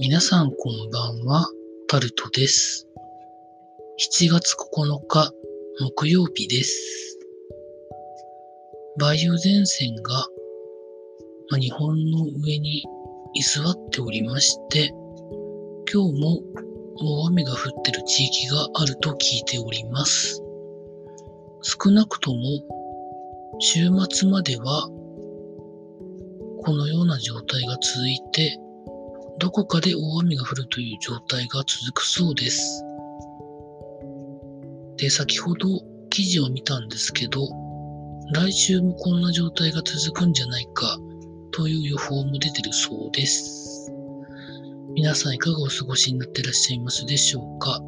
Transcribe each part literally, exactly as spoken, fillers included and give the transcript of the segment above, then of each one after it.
皆さんこんばんは、タルトです。しちがつここのか木曜日です。梅雨前線が、まあ、日本の上に居座っておりまして、今日も大雨が降ってる地域があると聞いております。少なくとも週末まではこのような状態が続いて、どこかで大雨が降るという状態が続くそうです。で、先ほど記事を見たんですけど、来週もこんな状態が続くんじゃないかという予報も出てるそうです。皆さんいかがお過ごしになっていらっしゃいますでしょうか。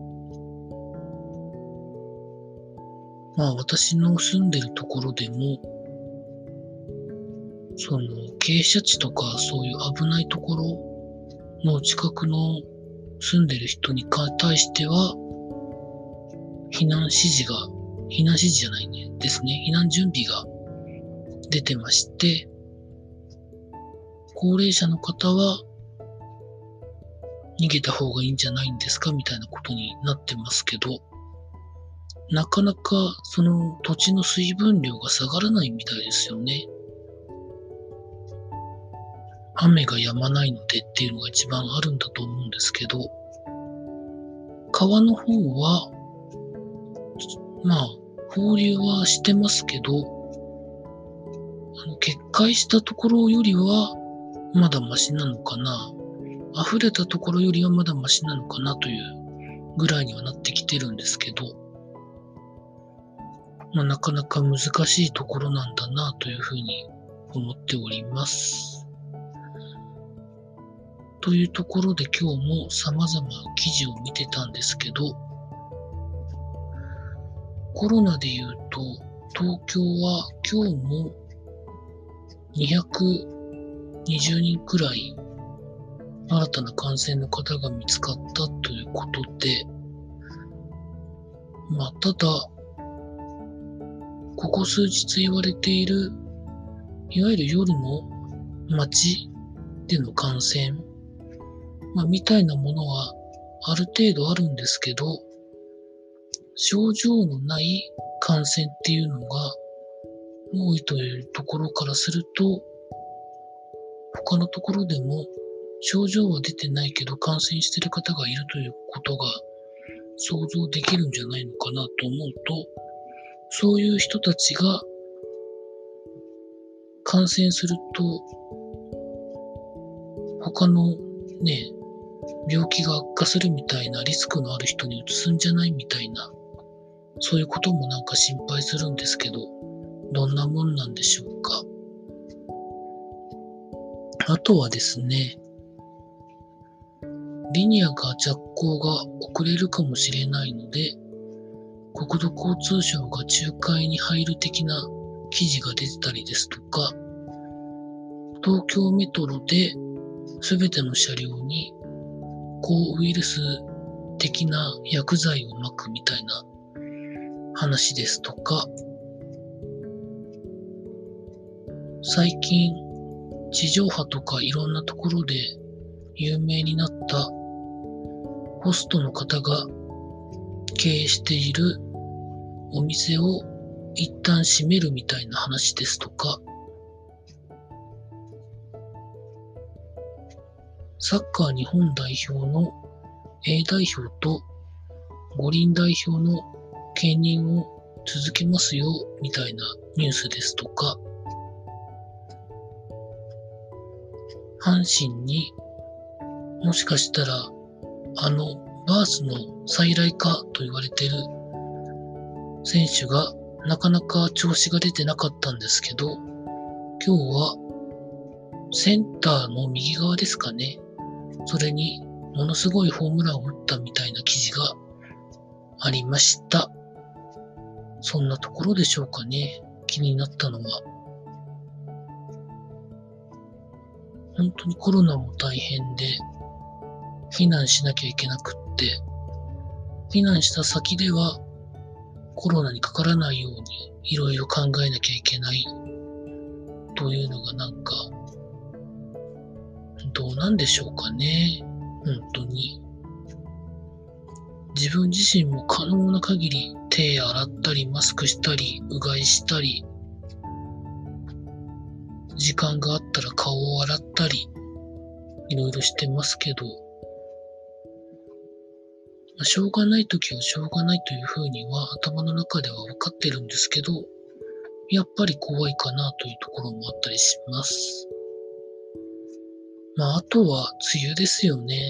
まあ私の住んでるところでも、その傾斜地とかそういう危ないところの近くの住んでる人に対しては、避難指示が、避難指示じゃないね、ですね、避難準備が出てまして、高齢者の方は逃げた方がいいんじゃないんですかみたいなことになってますけど、なかなかその土地の水分量が下がらないみたいですよね。雨が止まないのでっていうのが一番あるんだと思うんですけど、川の方は、まあ、放流はしてますけど、あの決壊したところよりはまだマシなのかな、溢れたところよりはまだマシなのかなというぐらいにはなってきてるんですけど、まあ、なかなか難しいところなんだなというふうに思っております。というところで今日も様々記事を見てたんですけど、コロナで言うと東京は今日もにひゃくにじゅうにんくらい新たな感染の方が見つかったということで、まあただ、ここ数日言われている、いわゆる夜の街での感染、まあ、みたいなものはある程度あるんですけど、症状のない感染っていうのが多いというところからすると、他のところでも症状は出てないけど感染している方がいるということが想像できるんじゃないのかなと思うと、そういう人たちが感染すると他のね、病気が悪化するみたいなリスクのある人にうつすんじゃないみたいな、そういうこともなんか心配するんですけど、どんなもんなんでしょうか。あとはですね、リニアが着工が遅れるかもしれないので、国土交通省が仲介に入る的な記事が出てたりですとか、東京メトロで全ての車両に抗ウイルス的な薬剤を撒くみたいな話ですとか、最近地上波とかいろんなところで有名になったホストの方が経営しているお店を一旦閉めるみたいな話ですとか、サッカー日本代表の A 代表と五輪代表の兼任を続けますよみたいなニュースですとか、阪神にもしかしたらあのバースの再来かと言われている選手がなかなか調子が出てなかったんですけど、今日はセンターの右側ですかね、それにものすごいホームランを打ったみたいな記事がありました。そんなところでしょうかね、気になったのは。本当にコロナも大変で、避難しなきゃいけなくって、避難した先ではコロナにかからないようにいろいろ考えなきゃいけないというのがなんか、どうなんでしょうかね。 本当に。自分自身も可能な限り手洗ったり、マスクしたり、うがいしたり、時間があったら顔を洗ったり、いろいろしてますけど、まあしょうがないときはしょうがないというふうには頭の中では分かってるんですけど、やっぱり怖いかなというところもあったりします。まあ、あとは梅雨ですよね。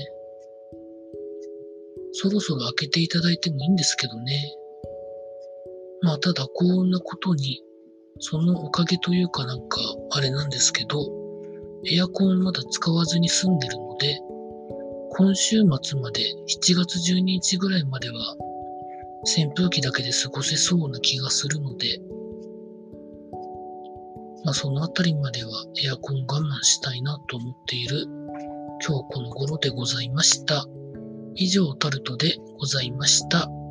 そろそろ開けていただいてもいいんですけどね。まあ、ただこんなことに、そのおかげというかなんか、あれなんですけど、エアコンまだ使わずに済んでるので、今週末までしちがつじゅうににちぐらいまでは扇風機だけで過ごせそうな気がするので、まあそのあたりまではエアコン我慢したいなと思っている今日この頃でございました。以上タルトでございました。